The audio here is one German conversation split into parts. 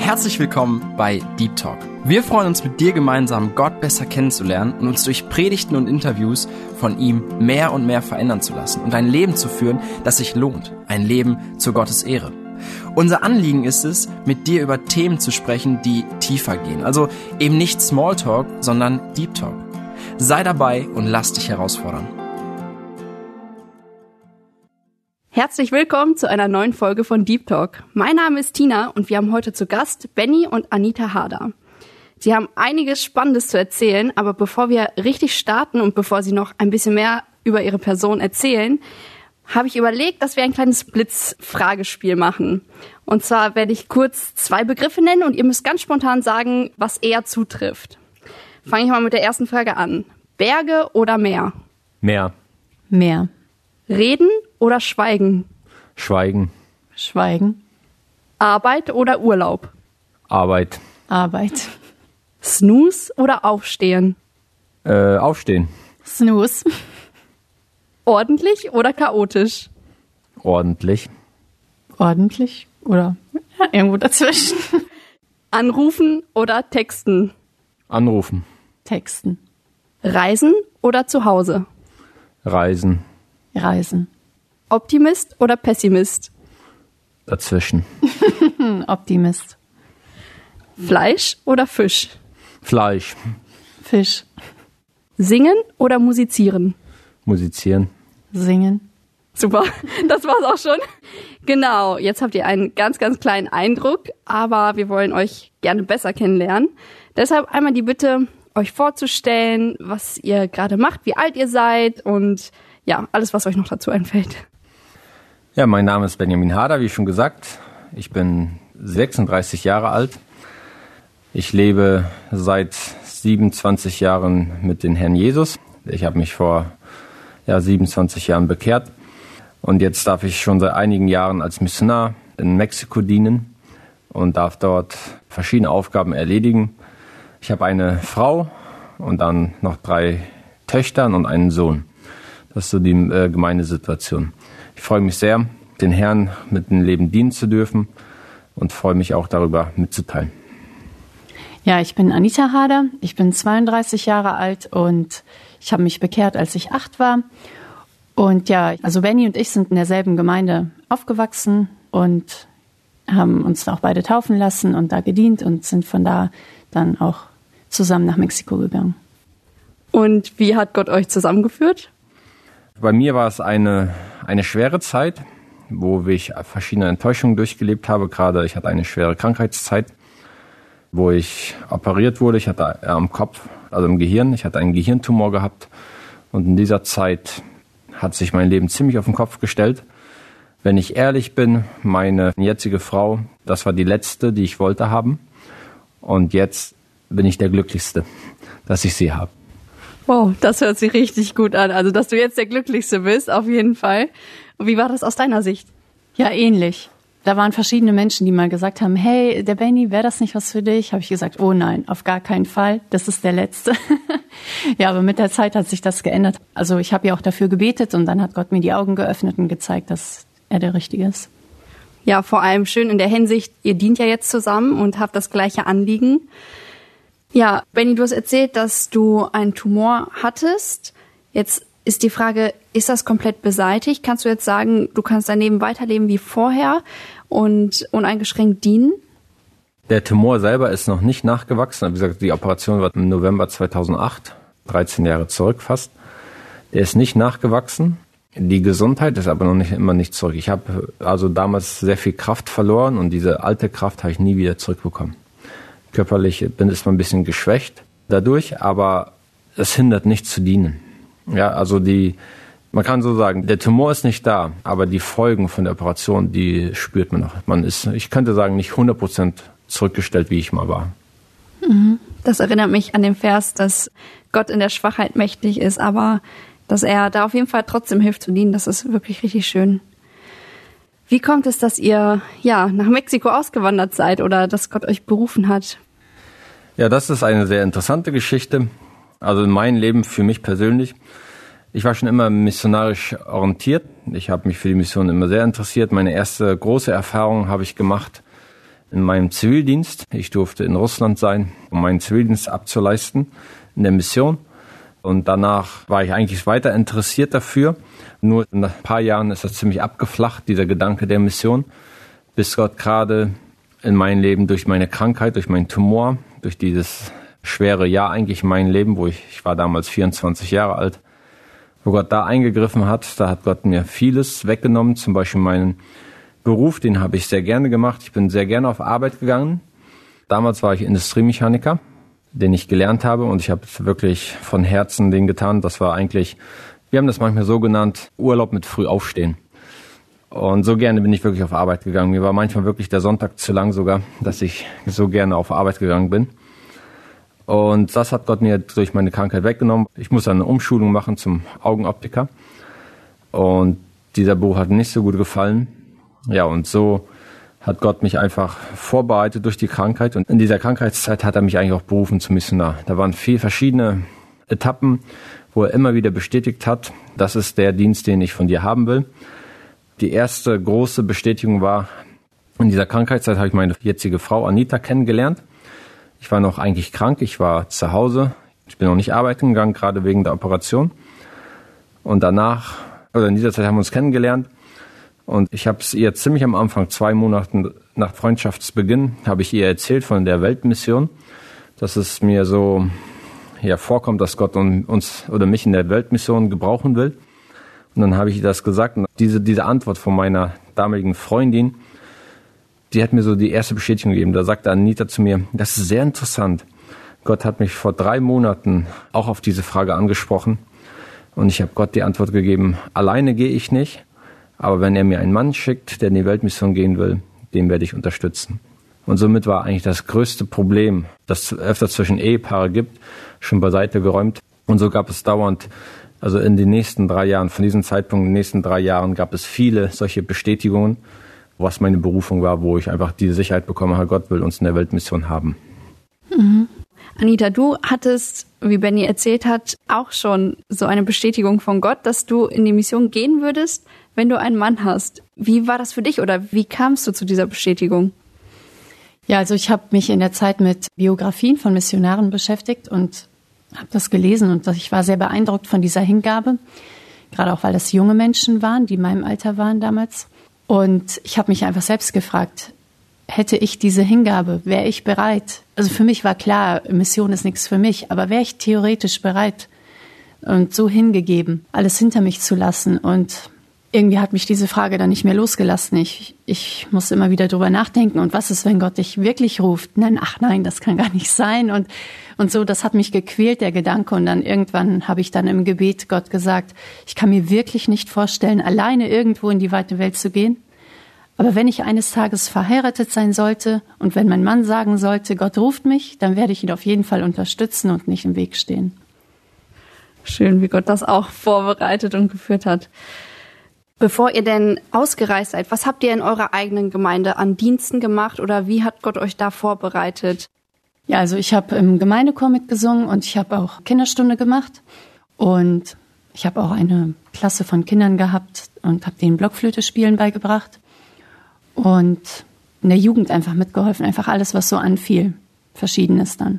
Herzlich willkommen bei Deep Talk. Wir freuen uns mit dir gemeinsam, Gott besser kennenzulernen und uns durch Predigten und Interviews von ihm mehr und mehr verändern zu lassen und ein Leben zu führen, das sich lohnt. Ein Leben zu Gottes Ehre. Unser Anliegen ist es, mit dir über Themen zu sprechen, die tiefer gehen. Also eben nicht Smalltalk, sondern Deep Talk. Sei dabei und lass dich herausfordern. Herzlich willkommen zu einer neuen Folge von Deep Talk. Mein Name ist Tina und wir haben heute zu Gast Benny und Anita Harder. Sie haben einiges Spannendes zu erzählen, aber bevor wir richtig starten und bevor sie noch ein bisschen mehr über ihre Person erzählen, habe ich überlegt, dass wir ein kleines Blitzfragespiel machen. Und zwar werde ich kurz 2 Begriffe nennen und ihr müsst ganz spontan sagen, was eher zutrifft. Fange ich mal mit der ersten Frage an. Berge oder Meer? Meer. Meer. Reden oder Schweigen? Schweigen. Schweigen. Arbeit oder Urlaub? Arbeit. Arbeit. Snooze oder Aufstehen? Aufstehen. Snooze. Ordentlich oder chaotisch? Ordentlich. Ordentlich oder irgendwo dazwischen. Anrufen oder texten? Anrufen. Texten. Reisen oder zu Hause? Reisen. Reisen. Optimist oder Pessimist? Dazwischen. Optimist. Fleisch oder Fisch? Fleisch. Fisch. Singen oder musizieren? Musizieren. Singen. Super, das war's auch schon. Genau, jetzt habt ihr einen ganz, ganz kleinen Eindruck, aber wir wollen euch gerne besser kennenlernen. Deshalb einmal die Bitte, euch vorzustellen, was ihr gerade macht, wie alt ihr seid und ja, alles, was euch noch dazu einfällt. Ja, mein Name ist Benjamin Harder, wie schon gesagt. Ich bin 36 Jahre alt. Ich lebe seit 27 Jahren mit dem Herrn Jesus. Ich habe mich vor 27 Jahren bekehrt. Und jetzt darf ich schon seit einigen Jahren als Missionar in Mexiko dienen und darf dort verschiedene Aufgaben erledigen. Ich habe eine Frau und dann noch 3 Töchter und einen Sohn. Das ist so die Gemeindesituation. Ich freue mich sehr, den Herrn mit dem Leben dienen zu dürfen und freue mich auch darüber mitzuteilen. Ja, ich bin Anita Harder. Ich bin 32 Jahre alt und ich habe mich bekehrt, als ich 8 war. Und ja, also Benny und ich sind in derselben Gemeinde aufgewachsen und haben uns auch beide taufen lassen und da gedient und sind von da dann auch zusammen nach Mexiko gegangen. Und wie hat Gott euch zusammengeführt? Bei mir war es eine schwere Zeit, wo ich verschiedene Enttäuschungen durchgelebt habe. Gerade ich hatte eine schwere Krankheitszeit, wo ich operiert wurde. Ich hatte am Kopf, also im Gehirn, ich hatte einen Gehirntumor gehabt. Und in dieser Zeit hat sich mein Leben ziemlich auf den Kopf gestellt. Wenn ich ehrlich bin, meine jetzige Frau, das war die letzte, die ich wollte haben. Und jetzt bin ich der Glücklichste, dass ich sie habe. Wow, das hört sich richtig gut an. Also, dass du jetzt der Glücklichste bist, auf jeden Fall. Und wie war das aus deiner Sicht? Ja, ähnlich. Da waren verschiedene Menschen, die mal gesagt haben, hey, der Benny, wäre das nicht was für dich? Habe ich gesagt, oh nein, auf gar keinen Fall, das ist der Letzte. Ja, aber mit der Zeit hat sich das geändert. Also ich habe ja auch dafür gebetet und dann hat Gott mir die Augen geöffnet und gezeigt, dass er der Richtige ist. Ja, vor allem schön in der Hinsicht, ihr dient ja jetzt zusammen und habt das gleiche Anliegen. Ja, Benny, du hast erzählt, dass du einen Tumor hattest. Jetzt ist die Frage, ist das komplett beseitigt? Kannst du jetzt sagen, du kannst dein Leben weiterleben wie vorher und uneingeschränkt dienen? Der Tumor selber ist noch nicht nachgewachsen. Wie gesagt, die Operation war im November 2008, 13 Jahre zurück fast. Der ist nicht nachgewachsen. Die Gesundheit ist aber noch nicht zurück. Ich habe also damals sehr viel Kraft verloren und diese alte Kraft habe ich nie wieder zurückbekommen. Körperlich ist man ein bisschen geschwächt dadurch, aber es hindert nicht zu dienen. Ja, also man kann so sagen, der Tumor ist nicht da, aber die Folgen von der Operation, die spürt man noch. Man ist, ich könnte sagen, nicht 100% zurückgestellt, wie ich mal war. Das erinnert mich an den Vers, dass Gott in der Schwachheit mächtig ist, aber dass er da auf jeden Fall trotzdem hilft zu dienen. Das ist wirklich richtig schön. Wie kommt es, dass ihr nach Mexiko ausgewandert seid oder dass Gott euch berufen hat? Ja, das ist eine sehr interessante Geschichte. Also in meinem Leben, für mich persönlich. Ich war schon immer missionarisch orientiert. Ich habe mich für die Mission immer sehr interessiert. Meine erste große Erfahrung habe ich gemacht in meinem Zivildienst. Ich durfte in Russland sein, um meinen Zivildienst abzuleisten in der Mission. Und danach war ich eigentlich weiter interessiert dafür. Nur nach ein paar Jahren ist das ziemlich abgeflacht, dieser Gedanke der Mission. Bis Gott gerade in mein Leben durch meine Krankheit, durch meinen Tumor, durch dieses schwere Jahr eigentlich in meinem Leben, wo ich war damals 24 Jahre alt, wo Gott da eingegriffen hat. Da hat Gott mir vieles weggenommen, zum Beispiel meinen Beruf, den habe ich sehr gerne gemacht. Ich bin sehr gerne auf Arbeit gegangen. Damals war ich Industriemechaniker, den ich gelernt habe, und ich habe wirklich von Herzen den getan. Das war eigentlich, wir haben das manchmal so genannt, Urlaub mit früh aufstehen. Und so gerne bin ich wirklich auf Arbeit gegangen. Mir war manchmal wirklich der Sonntag zu lang sogar, dass ich so gerne auf Arbeit gegangen bin. Und das hat Gott mir durch meine Krankheit weggenommen. Ich musste eine Umschulung machen zum Augenoptiker. Und dieser Beruf hat mir nicht so gut gefallen. Ja, und so hat Gott mich einfach vorbereitet durch die Krankheit. Und in dieser Krankheitszeit hat er mich eigentlich auch berufen zum Missionar. Da waren 4 verschiedene Etappen, wo er immer wieder bestätigt hat, das ist der Dienst, den ich von dir haben will. Die erste große Bestätigung war, in dieser Krankheitszeit habe ich meine jetzige Frau Anita kennengelernt. Ich war noch eigentlich krank, ich war zu Hause. Ich bin noch nicht arbeiten gegangen, gerade wegen der Operation. Und danach, oder in dieser Zeit haben wir uns kennengelernt. Und ich habe es ihr ziemlich am Anfang, 2 Monate nach Freundschaftsbeginn, habe ich ihr erzählt von der Weltmission, dass es mir so vorkommt, dass Gott uns oder mich in der Weltmission gebrauchen will. Und dann habe ich ihr das gesagt. Und diese Antwort von meiner damaligen Freundin, die hat mir so die erste Bestätigung gegeben. Da sagte Anita zu mir, das ist sehr interessant. Gott hat mich vor 3 Monaten auch auf diese Frage angesprochen. Und ich habe Gott die Antwort gegeben, alleine gehe ich nicht. Aber wenn er mir einen Mann schickt, der in die Weltmission gehen will, den werde ich unterstützen. Und somit war eigentlich das größte Problem, das es öfter zwischen Ehepaare gibt, schon beiseite geräumt. Und so gab es dauernd, also in den nächsten 3 Jahren, von diesem Zeitpunkt in den nächsten 3 Jahren gab es viele solche Bestätigungen, was meine Berufung war, wo ich einfach diese Sicherheit bekommen habe, Gott will uns in der Weltmission haben. Mhm. Anita, du hattest, wie Benny erzählt hat, auch schon so eine Bestätigung von Gott, dass du in die Mission gehen würdest, wenn du einen Mann hast. Wie war das für dich oder wie kamst du zu dieser Bestätigung? Ja, also ich habe mich in der Zeit mit Biografien von Missionaren beschäftigt und habe das gelesen und ich war sehr beeindruckt von dieser Hingabe, gerade auch, weil das junge Menschen waren, die in meinem Alter waren damals. Und ich habe mich einfach selbst gefragt, hätte ich diese Hingabe, wäre ich bereit? Also für mich war klar, Mission ist nichts für mich, aber wäre ich theoretisch bereit und so hingegeben, alles hinter mich zu lassen? Und irgendwie hat mich diese Frage dann nicht mehr losgelassen. Ich musste immer wieder drüber nachdenken. Und was ist, wenn Gott dich wirklich ruft? Nein, das kann gar nicht sein. Und so, das hat mich gequält, der Gedanke. Und dann irgendwann habe ich dann im Gebet Gott gesagt, ich kann mir wirklich nicht vorstellen, alleine irgendwo in die weite Welt zu gehen. Aber wenn ich eines Tages verheiratet sein sollte und wenn mein Mann sagen sollte, Gott ruft mich, dann werde ich ihn auf jeden Fall unterstützen und nicht im Weg stehen. Schön, wie Gott das auch vorbereitet und geführt hat. Bevor ihr denn ausgereist seid, was habt ihr in eurer eigenen Gemeinde an Diensten gemacht oder wie hat Gott euch da vorbereitet? Ja, also ich habe im Gemeindechor mitgesungen und ich habe auch Kinderstunde gemacht und ich habe auch eine Klasse von Kindern gehabt und habe denen Blockflöte spielen beigebracht und in der Jugend einfach mitgeholfen, einfach alles, was so anfiel, Verschiedenes dann.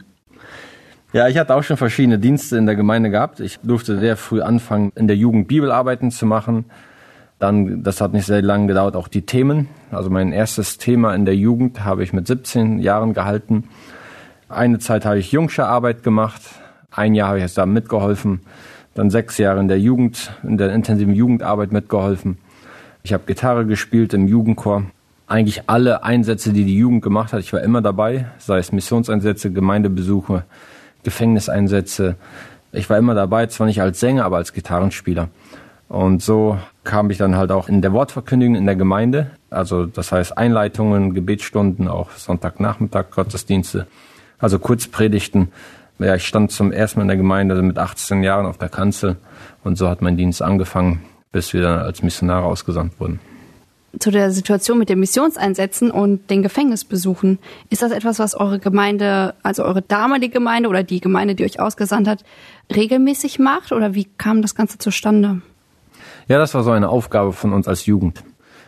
Ja, ich hatte auch schon verschiedene Dienste in der Gemeinde gehabt. Ich durfte sehr früh anfangen, in der Jugend Bibelarbeiten zu machen. Dann, das hat nicht sehr lange gedauert, auch die Themen. Also mein erstes Thema in der Jugend habe ich mit 17 Jahren gehalten. Eine Zeit habe ich Jungscherarbeit gemacht. 1 Jahr habe ich da mitgeholfen. Dann 6 Jahre in der Jugend, in der intensiven Jugendarbeit mitgeholfen. Ich habe Gitarre gespielt im Jugendchor. Eigentlich alle Einsätze, die die Jugend gemacht hat, ich war immer dabei. Sei es Missionseinsätze, Gemeindebesuche, Gefängniseinsätze. Ich war immer dabei, zwar nicht als Sänger, aber als Gitarrenspieler. Und so kam ich dann halt auch in der Wortverkündigung in der Gemeinde. Also das heißt Einleitungen, Gebetsstunden, auch Sonntagnachmittag, Gottesdienste, also Kurzpredigten. Ja, ich stand zum ersten Mal in der Gemeinde mit 18 Jahren auf der Kanzel und so hat mein Dienst angefangen, bis wir dann als Missionare ausgesandt wurden. Zu der Situation mit den Missionseinsätzen und den Gefängnisbesuchen, ist das etwas, was eure Gemeinde, also eure damalige Gemeinde oder die Gemeinde, die euch ausgesandt hat, regelmäßig macht oder wie kam das Ganze zustande? Ja, das war so eine Aufgabe von uns als Jugend.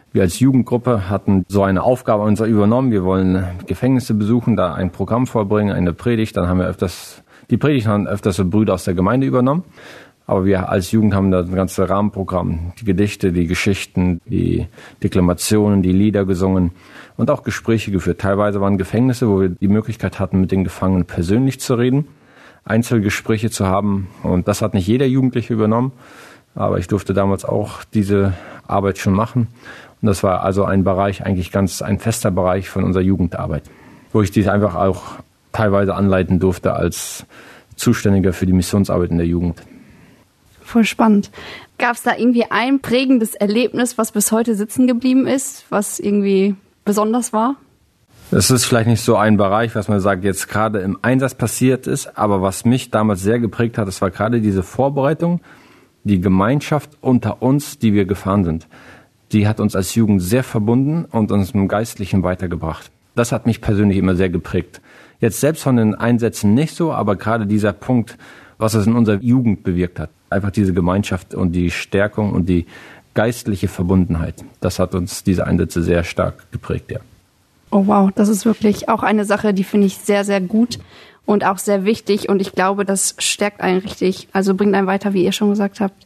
Wir als Jugendgruppe hatten so eine Aufgabe uns übernommen. Wir wollen Gefängnisse besuchen, da ein Programm vorbringen, eine Predigt. Dann haben wir die Predigt haben öfters so Brüder aus der Gemeinde übernommen. Aber wir als Jugend haben das ganze Rahmenprogramm, die Gedichte, die Geschichten, die Deklamationen, die Lieder gesungen und auch Gespräche geführt. Teilweise waren Gefängnisse, wo wir die Möglichkeit hatten, mit den Gefangenen persönlich zu reden, Einzelgespräche zu haben. Und das hat nicht jeder Jugendliche übernommen, aber ich durfte damals auch diese Arbeit schon machen. Und das war also ein Bereich, eigentlich ein fester Bereich von unserer Jugendarbeit, wo ich dies einfach auch teilweise anleiten durfte als Zuständiger für die Missionsarbeit in der Jugend. Voll spannend. Gab es da irgendwie ein prägendes Erlebnis, was bis heute sitzen geblieben ist, was irgendwie besonders war? Es ist vielleicht nicht so ein Bereich, was man sagt, jetzt gerade im Einsatz passiert ist, aber was mich damals sehr geprägt hat, das war gerade diese Vorbereitung, die Gemeinschaft unter uns, die wir gefahren sind. Die hat uns als Jugend sehr verbunden und uns im Geistlichen weitergebracht. Das hat mich persönlich immer sehr geprägt. Jetzt selbst von den Einsätzen nicht so, aber gerade dieser Punkt, was es in unserer Jugend bewirkt hat. Einfach diese Gemeinschaft und die Stärkung und die geistliche Verbundenheit. Das hat uns diese Einsätze sehr stark geprägt, ja. Oh wow, das ist wirklich auch eine Sache, die finde ich sehr, sehr gut und auch sehr wichtig. Und ich glaube, das stärkt einen richtig, also bringt einen weiter, wie ihr schon gesagt habt.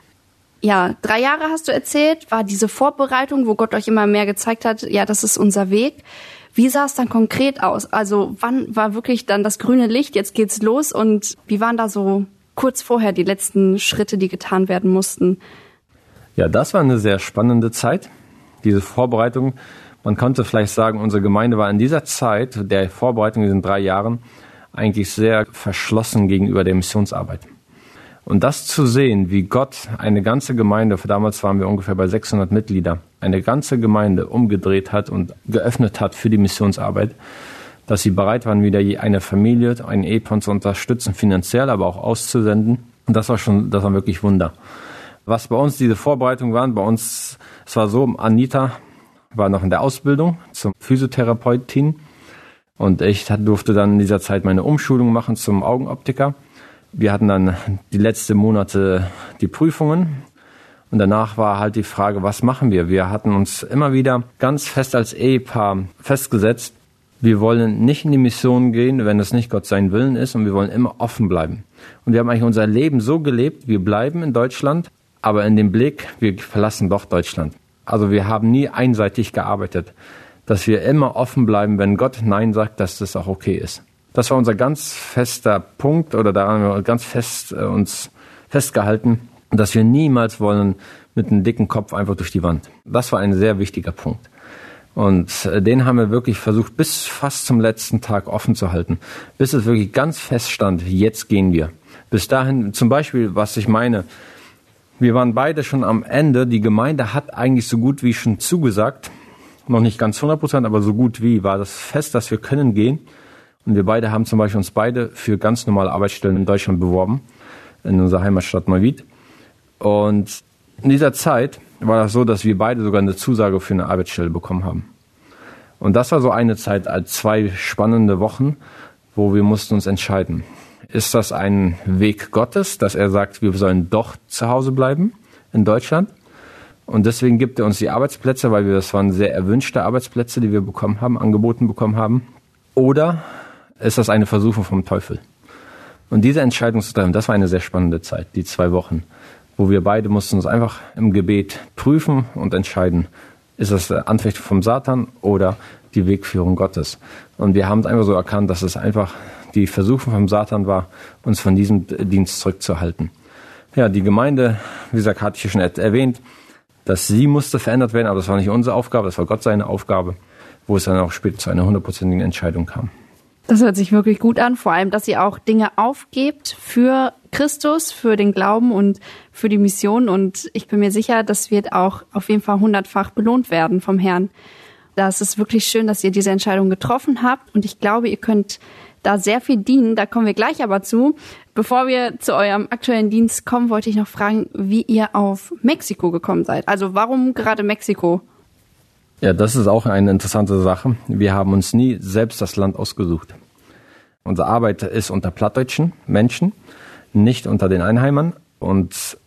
Ja, 3 Jahre hast du erzählt, war diese Vorbereitung, wo Gott euch immer mehr gezeigt hat, ja, das ist unser Weg. Wie sah es dann konkret aus? Also wann war wirklich dann das grüne Licht, jetzt geht's los und wie waren da so kurz vorher die letzten Schritte, die getan werden mussten? Ja, das war eine sehr spannende Zeit, diese Vorbereitung. Man konnte vielleicht sagen, unsere Gemeinde war in dieser Zeit der Vorbereitung in diesen 3 Jahren eigentlich sehr verschlossen gegenüber der Missionsarbeit. Und das zu sehen, wie Gott eine ganze Gemeinde, damals waren wir ungefähr bei 600 Mitglieder, eine ganze Gemeinde umgedreht hat und geöffnet hat für die Missionsarbeit, dass sie bereit waren, wieder eine Familie, ein Ehepaar zu unterstützen, finanziell, aber auch auszusenden. Und das war wirklich Wunder. Was bei uns diese Vorbereitungen waren, es war so, Anita war noch in der Ausbildung zum Physiotherapeutin und ich durfte dann in dieser Zeit meine Umschulung machen zum Augenoptiker. Wir hatten dann die letzten Monate die Prüfungen und danach war halt die Frage, was machen wir? Wir hatten uns immer wieder ganz fest als Ehepaar festgesetzt, wir wollen nicht in die Mission gehen, wenn es nicht Gott sein Willen ist und wir wollen immer offen bleiben. Und wir haben eigentlich unser Leben so gelebt, wir bleiben in Deutschland, aber in dem Blick, wir verlassen doch Deutschland. Also wir haben nie einseitig gearbeitet, dass wir immer offen bleiben, wenn Gott Nein sagt, dass das auch okay ist. Das war unser ganz fester Punkt oder daran haben wir ganz fest uns festgehalten, dass wir niemals wollen mit einem dicken Kopf einfach durch die Wand. Das war ein sehr wichtiger Punkt. Und den haben wir wirklich versucht, bis fast zum letzten Tag offen zu halten, bis es wirklich ganz fest stand, jetzt gehen wir. Bis dahin, zum Beispiel, was ich meine, wir waren beide schon am Ende, die Gemeinde hat eigentlich so gut wie schon zugesagt, noch nicht ganz 100%, aber so gut wie war das fest, dass wir können gehen. Und wir beide haben zum Beispiel uns beide für ganz normale Arbeitsstellen in Deutschland beworben, in unserer Heimatstadt Neuwied. Und in dieser Zeit war das so, dass wir beide sogar eine Zusage für eine Arbeitsstelle bekommen haben. Und das war so eine Zeit als 2 spannende Wochen, wo wir mussten uns entscheiden. Ist das ein Weg Gottes, dass er sagt, wir sollen doch zu Hause bleiben in Deutschland? Und deswegen gibt er uns die Arbeitsplätze, weil das waren sehr erwünschte Arbeitsplätze, die wir bekommen haben, angeboten bekommen haben. Oder ist das eine Versuchung vom Teufel? Und diese Entscheidung zu treffen, das war eine sehr spannende Zeit, die 2 Wochen, wo wir beide mussten uns einfach im Gebet prüfen und entscheiden, ist das der Anfechtung vom Satan oder die Wegführung Gottes? Und wir haben es einfach so erkannt, dass es einfach die Versuchung vom Satan war, uns von diesem Dienst zurückzuhalten. Ja, die Gemeinde, wie gesagt, hatte ich hier schon erwähnt, dass sie musste verändert werden, aber das war nicht unsere Aufgabe, das war Gott seine Aufgabe, wo es dann auch später zu einer 100%igen Entscheidung kam. Das hört sich wirklich gut an, vor allem, dass ihr auch Dinge aufgebt für Christus, für den Glauben und für die Mission. Und ich bin mir sicher, das wird auch auf jeden Fall 100-fach belohnt werden vom Herrn. Das ist wirklich schön, dass ihr diese Entscheidung getroffen habt. Und ich glaube, ihr könnt da sehr viel dienen. Da kommen wir gleich aber zu. Bevor wir zu eurem aktuellen Dienst kommen, wollte ich noch fragen, wie ihr auf Mexiko gekommen seid. Also warum gerade Mexiko? Ja, das ist auch eine interessante Sache. Wir haben uns nie selbst das Land ausgesucht. Unsere Arbeit ist unter plattdeutschen Menschen, nicht unter den Einheimern. Und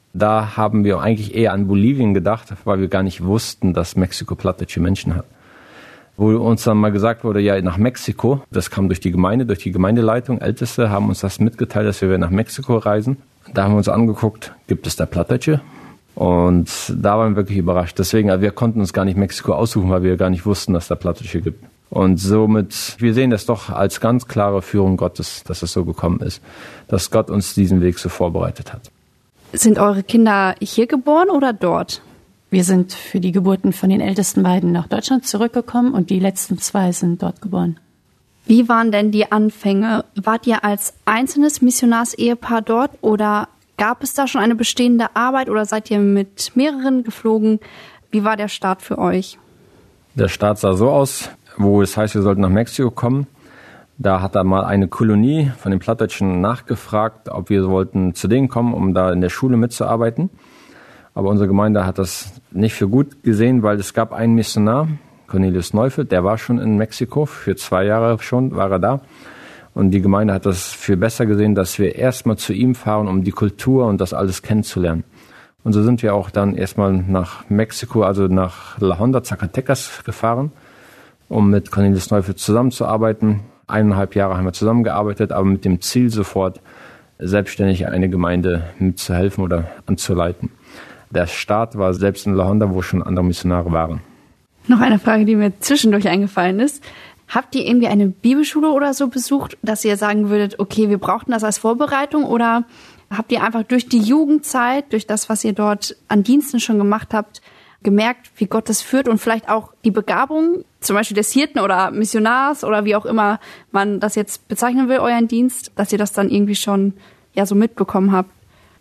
Da haben wir eigentlich eher an Bolivien gedacht, weil wir gar nicht wussten, dass Mexiko plattdeutsche Menschen hat. Wo uns dann mal gesagt wurde, ja, nach Mexiko, das kam durch die Gemeindeleitung, Älteste haben uns das mitgeteilt, dass wir nach Mexiko reisen. Da haben wir uns angeguckt, gibt es da Plattdeutsche? Und da waren wir wirklich überrascht. Deswegen, also wir konnten uns gar nicht Mexiko aussuchen, weil wir gar nicht wussten, dass da Plattdeutsche gibt. Und somit, wir sehen das doch als ganz klare Führung Gottes, dass es so gekommen ist, dass Gott uns diesen Weg so vorbereitet hat. Sind eure Kinder hier geboren oder dort? Wir sind für die Geburten von den ältesten beiden nach Deutschland zurückgekommen und die letzten 2 sind dort geboren. Wie waren denn die Anfänge? Wart ihr als einzelnes Missionarsehepaar dort oder gab es da schon eine bestehende Arbeit oder seid ihr mit mehreren geflogen? Wie war der Start für euch? Der Start sah so aus, wo es heißt, wir sollten nach Mexiko kommen. Da hat da mal eine Kolonie von den Plattdeutschen nachgefragt, ob wir wollten zu denen kommen, um da in der Schule mitzuarbeiten. Aber unsere Gemeinde hat das nicht für gut gesehen, weil es gab einen Missionar, Cornelius Neufeld, der war schon in Mexiko, für 2 Jahre schon war er da. Und die Gemeinde hat das für besser gesehen, dass wir erstmal zu ihm fahren, um die Kultur und das alles kennenzulernen. Und so sind wir auch dann erstmal nach Mexiko, also nach La Honda, Zacatecas gefahren, um mit Cornelius Neufeld zusammenzuarbeiten. 1,5 Jahre haben wir zusammengearbeitet, aber mit dem Ziel sofort selbstständig eine Gemeinde mitzuhelfen oder anzuleiten. Der Start war selbst in La Honda, wo schon andere Missionare waren. Noch eine Frage, die mir zwischendurch eingefallen ist. Habt ihr irgendwie eine Bibelschule oder so besucht, dass ihr sagen würdet, okay, wir brauchten das als Vorbereitung? Oder habt ihr einfach durch die Jugendzeit, durch das, was ihr dort an Diensten schon gemacht habt, gemerkt, wie Gott das führt und vielleicht auch die Begabung, zum Beispiel des Hirten oder Missionars oder wie auch immer man das jetzt bezeichnen will, euren Dienst, dass ihr das dann irgendwie schon so mitbekommen habt?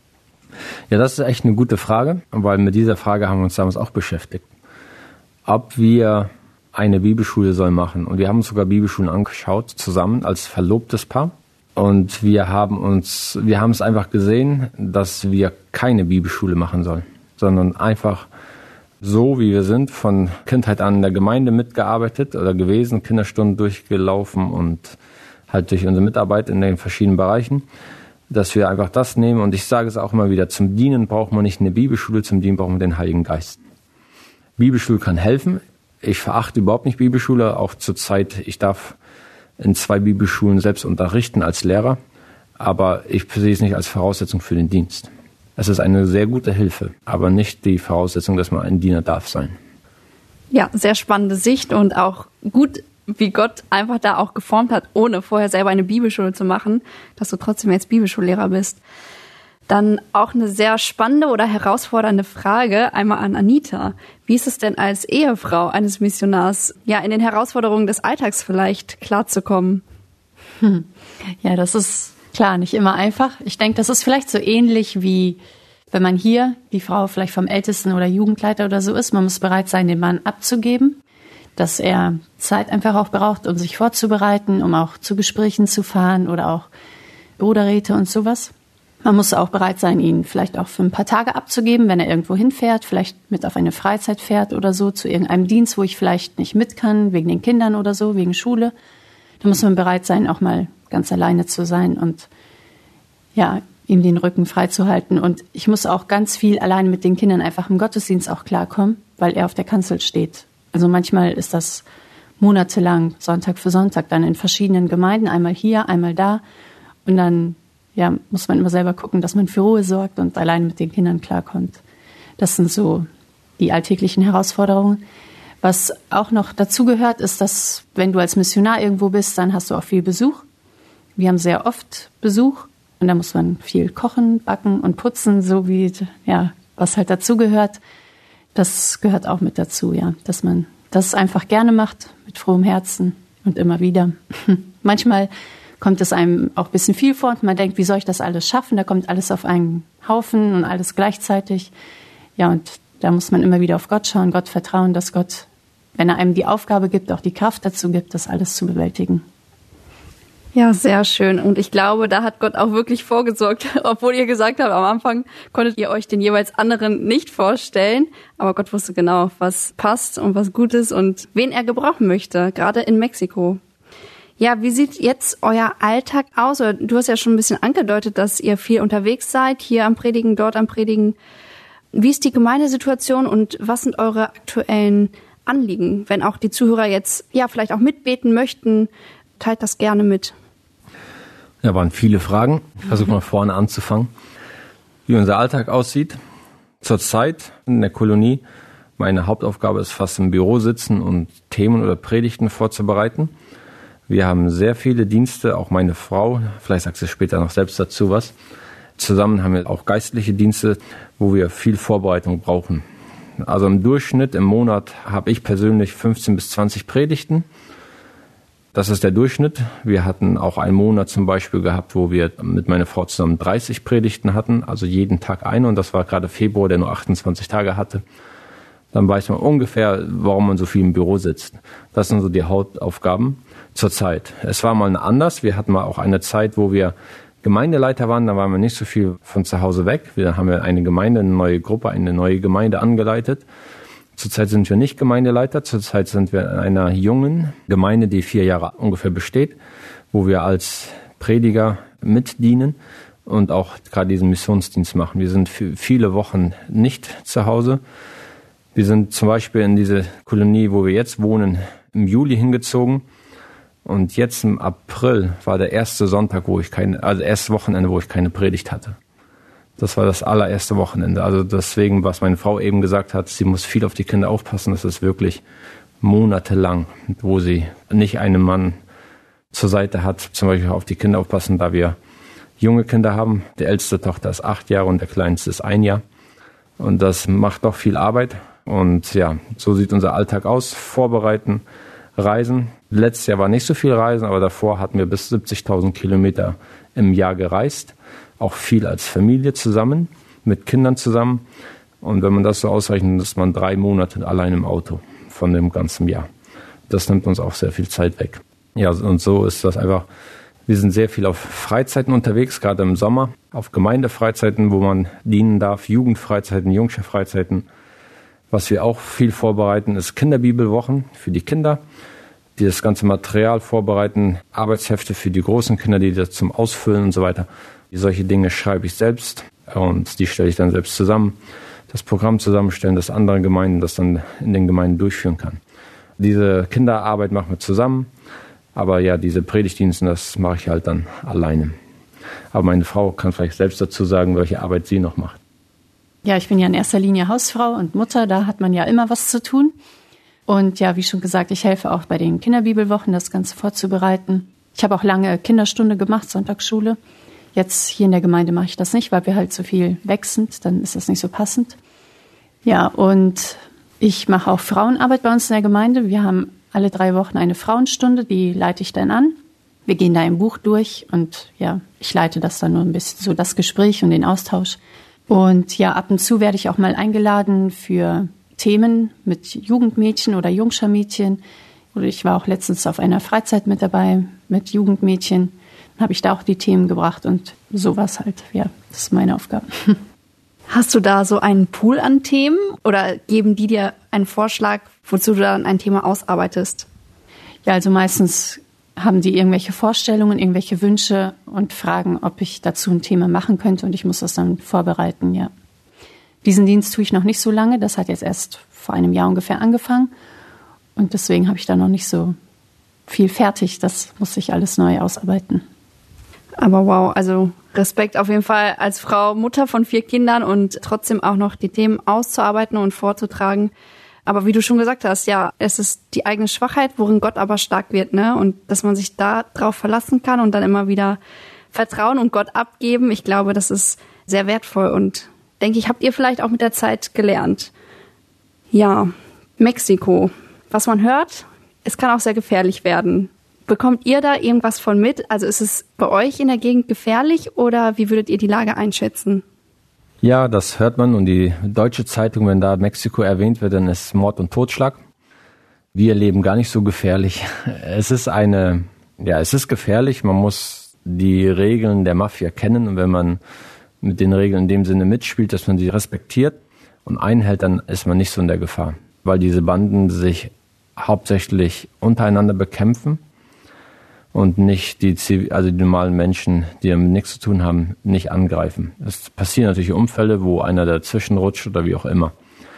Ja, das ist echt eine gute Frage, weil mit dieser Frage haben wir uns damals auch beschäftigt. Ob wir eine Bibelschule sollen machen. Und wir haben uns sogar Bibelschulen angeschaut, zusammen als verlobtes Paar. Und wir haben es einfach gesehen, dass wir keine Bibelschule machen sollen, sondern einfach so, wie wir sind, von Kindheit an in der Gemeinde mitgearbeitet oder gewesen, Kinderstunden durchgelaufen und halt durch unsere Mitarbeit in den verschiedenen Bereichen, dass wir einfach das nehmen. Und ich sage es auch immer wieder, zum Dienen braucht man nicht eine Bibelschule, zum Dienen braucht man den Heiligen Geist. Bibelschule kann helfen. Ich verachte überhaupt nicht Bibelschule, auch zur Zeit, ich darf in 2 Bibelschulen selbst unterrichten als Lehrer, aber ich sehe es nicht als Voraussetzung für den Dienst. Es ist eine sehr gute Hilfe, aber nicht die Voraussetzung, dass man ein Diener darf sein. Ja, sehr spannende Sicht und auch gut, wie Gott einfach da auch geformt hat, ohne vorher selber eine Bibelschule zu machen, dass du trotzdem jetzt Bibelschullehrer bist. Dann auch eine sehr spannende oder herausfordernde Frage einmal an Anita. Wie ist es denn als Ehefrau eines Missionars, in den Herausforderungen des Alltags vielleicht klarzukommen? Ja, das ist klar nicht immer einfach. Ich denke, das ist vielleicht so ähnlich wie wenn man hier die Frau vielleicht vom Ältesten oder Jugendleiter oder so ist. Man muss bereit sein, den Mann abzugeben, dass er Zeit einfach auch braucht, um sich vorzubereiten, um auch zu Gesprächen zu fahren oder auch Bruderräte und sowas. Man muss auch bereit sein, ihn vielleicht auch für ein paar Tage abzugeben, wenn er irgendwo hinfährt, vielleicht mit auf eine Freizeit fährt oder so, zu irgendeinem Dienst, wo ich vielleicht nicht mit kann, wegen den Kindern oder so, wegen Schule. Da muss man bereit sein, auch mal ganz alleine zu sein und ihm den Rücken freizuhalten. Und ich muss auch ganz viel alleine mit den Kindern einfach im Gottesdienst auch klarkommen, weil er auf der Kanzel steht. Also manchmal ist das monatelang, Sonntag für Sonntag, dann in verschiedenen Gemeinden, einmal hier, einmal da. Und dann muss man immer selber gucken, dass man für Ruhe sorgt und allein mit den Kindern klarkommt. Das sind so die alltäglichen Herausforderungen. Was auch noch dazu gehört, ist, dass wenn du als Missionar irgendwo bist, dann hast du auch viel Besuch. Wir haben sehr oft Besuch und da muss man viel kochen, backen und putzen, so wie, was halt dazu gehört. Das gehört auch mit dazu, dass man das einfach gerne macht, mit frohem Herzen und immer wieder. Manchmal kommt es einem auch ein bisschen viel vor und man denkt, wie soll ich das alles schaffen? Da kommt alles auf einen Haufen und alles gleichzeitig. Ja, und da muss man immer wieder auf Gott schauen, Gott vertrauen, dass Gott, wenn er einem die Aufgabe gibt, auch die Kraft dazu gibt, das alles zu bewältigen. Ja, sehr schön. Und ich glaube, da hat Gott auch wirklich vorgesorgt, obwohl ihr gesagt habt, am Anfang konntet ihr euch den jeweils anderen nicht vorstellen. Aber Gott wusste genau, was passt und was gut ist und wen er gebrauchen möchte, gerade in Mexiko. Ja, wie sieht jetzt euer Alltag aus? Du hast ja schon ein bisschen angedeutet, dass ihr viel unterwegs seid, hier am Predigen, dort am Predigen. Wie ist die Gemeindesituation und was sind eure aktuellen Anliegen? Wenn auch die Zuhörer jetzt vielleicht auch mitbeten möchten, teilt das gerne mit. Ja, waren viele Fragen. Ich versuche mal vorne anzufangen. Wie unser Alltag aussieht. Zurzeit in der Kolonie, meine Hauptaufgabe ist fast im Büro sitzen und Themen oder Predigten vorzubereiten. Wir haben sehr viele Dienste, auch meine Frau, vielleicht sagt sie später noch selbst dazu was. Zusammen haben wir auch geistliche Dienste, wo wir viel Vorbereitung brauchen. Also im Durchschnitt im Monat habe ich persönlich 15 bis 20 Predigten. Das ist der Durchschnitt. Wir hatten auch einen Monat zum Beispiel gehabt, wo wir mit meiner Frau zusammen 30 Predigten hatten, also jeden Tag eine. Und das war gerade Februar, der nur 28 Tage hatte. Dann weiß man ungefähr, warum man so viel im Büro sitzt. Das sind so die Hauptaufgaben zurzeit. Es war mal anders. Wir hatten mal auch eine Zeit, wo wir Gemeindeleiter waren. Da waren wir nicht so viel von zu Hause weg. Da haben wir eine Gemeinde, eine neue Gruppe, eine neue Gemeinde angeleitet. Zurzeit sind wir nicht Gemeindeleiter. Zurzeit sind wir in einer jungen Gemeinde, die 4 Jahre ungefähr besteht, wo wir als Prediger mitdienen und auch gerade diesen Missionsdienst machen. Wir sind für viele Wochen nicht zu Hause. Wir sind zum Beispiel in diese Kolonie, wo wir jetzt wohnen, im Juli hingezogen. Und jetzt im April war der erste Sonntag, erste Wochenende, wo ich keine Predigt hatte. Das war das allererste Wochenende. Also deswegen, was meine Frau eben gesagt hat, sie muss viel auf die Kinder aufpassen. Das ist wirklich monatelang, wo sie nicht einen Mann zur Seite hat, zum Beispiel auf die Kinder aufpassen, da wir junge Kinder haben. Die älteste Tochter ist 8 Jahre und der kleinste ist 1 Jahr. Und das macht doch viel Arbeit. Und ja, so sieht unser Alltag aus. Vorbereiten, Reisen. Letztes Jahr war nicht so viel Reisen, aber davor hatten wir bis 70.000 Kilometer im Jahr gereist. Auch viel als Familie zusammen, mit Kindern zusammen. Und wenn man das so ausrechnet, ist man 3 Monate allein im Auto von dem ganzen Jahr. Das nimmt uns auch sehr viel Zeit weg. Ja, und so ist das einfach. Wir sind sehr viel auf Freizeiten unterwegs, gerade im Sommer. Auf Gemeindefreizeiten, wo man dienen darf, Jugendfreizeiten, Jungschaftsfreizeiten. Was wir auch viel vorbereiten, ist Kinderbibelwochen für die Kinder, die das ganze Material vorbereiten, Arbeitshefte für die großen Kinder, die das zum Ausfüllen und so weiter. Solche Dinge schreibe ich selbst und die stelle ich dann selbst zusammen. Das Programm zusammenstellen, das andere Gemeinden das dann in den Gemeinden durchführen kann. Diese Kinderarbeit machen wir zusammen, aber ja, diese Predigtdienste, das mache ich halt dann alleine. Aber meine Frau kann vielleicht selbst dazu sagen, welche Arbeit sie noch macht. Ja, ich bin ja in erster Linie Hausfrau und Mutter, da hat man ja immer was zu tun. Und ja, wie schon gesagt, ich helfe auch bei den Kinderbibelwochen, das Ganze vorzubereiten. Ich habe auch lange Kinderstunde gemacht, Sonntagsschule. Jetzt hier in der Gemeinde mache ich das nicht, weil wir halt so viel weg sind, dann ist das nicht so passend. Ja, und ich mache auch Frauenarbeit bei uns in der Gemeinde. Wir haben alle 3 Wochen eine Frauenstunde, die leite ich dann an. Wir gehen da ein Buch durch und ja, ich leite das dann nur ein bisschen, so das Gespräch und den Austausch. Und ja, ab und zu werde ich auch mal eingeladen für Themen mit Jugendmädchen oder Jungscharmädchen. Oder ich war auch letztens auf einer Freizeit mit dabei mit Jugendmädchen. Dann habe ich da auch die Themen gebracht und sowas halt. Ja, das ist meine Aufgabe. Hast du da so einen Pool an Themen oder geben die dir einen Vorschlag, wozu du dann ein Thema ausarbeitest? Ja, also meistens haben die irgendwelche Vorstellungen, irgendwelche Wünsche und fragen, ob ich dazu ein Thema machen könnte und ich muss das dann vorbereiten, ja. Diesen Dienst tue ich noch nicht so lange, das hat jetzt erst vor einem Jahr ungefähr angefangen und deswegen habe ich da noch nicht so viel fertig, das muss ich alles neu ausarbeiten. Aber wow, also Respekt auf jeden Fall als Frau, Mutter von 4 Kindern und trotzdem auch noch die Themen auszuarbeiten und vorzutragen. Aber wie du schon gesagt hast, ja, es ist die eigene Schwachheit, worin Gott aber stark wird, ne? Und dass man sich da drauf verlassen kann und dann immer wieder vertrauen und Gott abgeben. Ich glaube, das ist sehr wertvoll und denke ich, habt ihr vielleicht auch mit der Zeit gelernt. Ja, Mexiko. Was man hört, es kann auch sehr gefährlich werden. Bekommt ihr da irgendwas von mit? Also ist es bei euch in der Gegend gefährlich oder wie würdet ihr die Lage einschätzen? Ja, das hört man und die deutsche Zeitung, wenn da Mexiko erwähnt wird, dann ist Mord und Totschlag. Wir leben gar nicht so gefährlich. Es ist gefährlich, man muss die Regeln der Mafia kennen und wenn man mit den Regeln in dem Sinne mitspielt, dass man sie respektiert und einhält, dann ist man nicht so in der Gefahr, weil diese Banden sich hauptsächlich untereinander bekämpfen und nicht die normalen Menschen, die damit nichts zu tun haben, nicht angreifen. Es passieren natürlich Unfälle, wo einer dazwischen rutscht oder wie auch immer.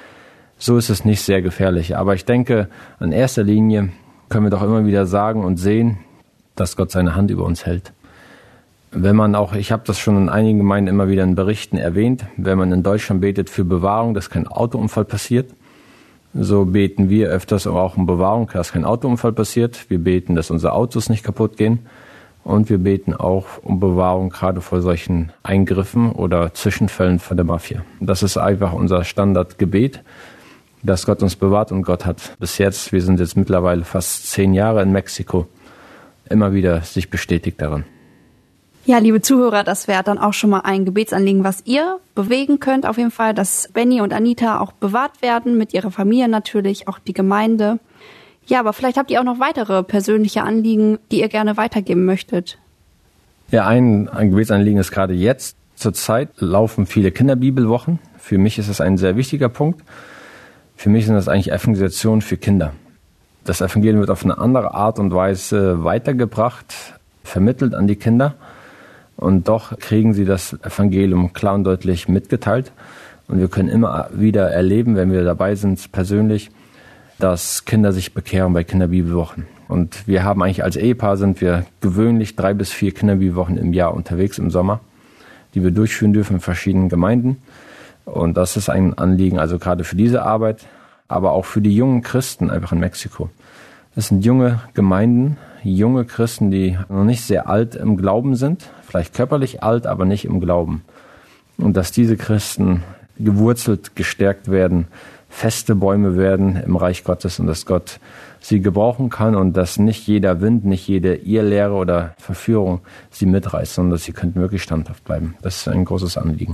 So ist es nicht sehr gefährlich. Aber ich denke, in erster Linie können wir doch immer wieder sagen und sehen, dass Gott seine Hand über uns hält. Wenn man auch, ich habe das schon in einigen Gemeinden immer wieder in Berichten erwähnt, wenn man in Deutschland betet für Bewahrung, dass kein Autounfall passiert, so beten wir öfters auch um Bewahrung, dass kein Autounfall passiert. Wir beten, dass unsere Autos nicht kaputt gehen. Und wir beten auch um Bewahrung gerade vor solchen Eingriffen oder Zwischenfällen von der Mafia. Das ist einfach unser Standardgebet, dass Gott uns bewahrt. Und Gott hat bis jetzt, wir sind jetzt mittlerweile fast 10 Jahre in Mexiko, immer wieder sich bestätigt darin. Ja, liebe Zuhörer, das wäre dann auch schon mal ein Gebetsanliegen, was ihr bewegen könnt. Auf jeden Fall, dass Benny und Anita auch bewahrt werden, mit ihrer Familie natürlich, auch die Gemeinde. Ja, aber vielleicht habt ihr auch noch weitere persönliche Anliegen, die ihr gerne weitergeben möchtet. Ja, ein Gebetsanliegen ist gerade jetzt. Zurzeit laufen viele Kinderbibelwochen. Für mich ist das ein sehr wichtiger Punkt. Für mich sind das eigentlich Evangelisationen für Kinder. Das Evangelium wird auf eine andere Art und Weise weitergebracht, vermittelt an die Kinder. Und doch kriegen sie das Evangelium klar und deutlich mitgeteilt. Und wir können immer wieder erleben, wenn wir dabei sind, persönlich, dass Kinder sich bekehren bei Kinderbibelwochen. Und wir haben eigentlich als Ehepaar sind wir gewöhnlich 3 bis 4 Kinderbibelwochen im Jahr unterwegs im Sommer, die wir durchführen dürfen in verschiedenen Gemeinden. Und das ist ein Anliegen, also gerade für diese Arbeit, aber auch für die jungen Christen einfach in Mexiko. Das sind junge Gemeinden, junge Christen, die noch nicht sehr alt im Glauben sind, vielleicht körperlich alt, aber nicht im Glauben. Und dass diese Christen gewurzelt, gestärkt werden, feste Bäume werden im Reich Gottes und dass Gott sie gebrauchen kann und dass nicht jeder Wind, nicht jede Irrlehre oder Verführung sie mitreißt, sondern dass sie könnten wirklich standhaft bleiben. Das ist ein großes Anliegen.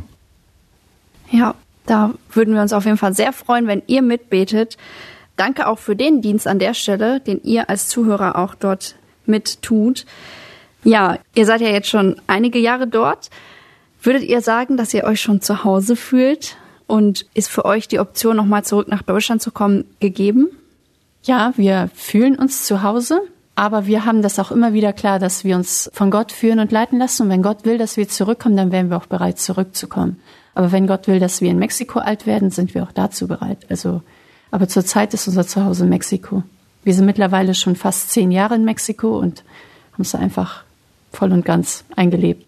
Ja, da würden wir uns auf jeden Fall sehr freuen, wenn ihr mitbetet. Danke auch für den Dienst an der Stelle, den ihr als Zuhörer auch dort mit tut. Ja, ihr seid ja jetzt schon einige Jahre dort. Würdet ihr sagen, dass ihr euch schon zu Hause fühlt? Und ist für euch die Option, nochmal zurück nach Deutschland zu kommen, gegeben? Ja, wir fühlen uns zu Hause, aber wir haben das auch immer wieder klar, dass wir uns von Gott führen und leiten lassen. Und wenn Gott will, dass wir zurückkommen, dann wären wir auch bereit, zurückzukommen. Aber wenn Gott will, dass wir in Mexiko alt werden, sind wir auch dazu bereit. Aber zurzeit ist unser Zuhause Mexiko. Wir sind mittlerweile schon fast 10 Jahre in Mexiko und haben es einfach voll und ganz eingelebt.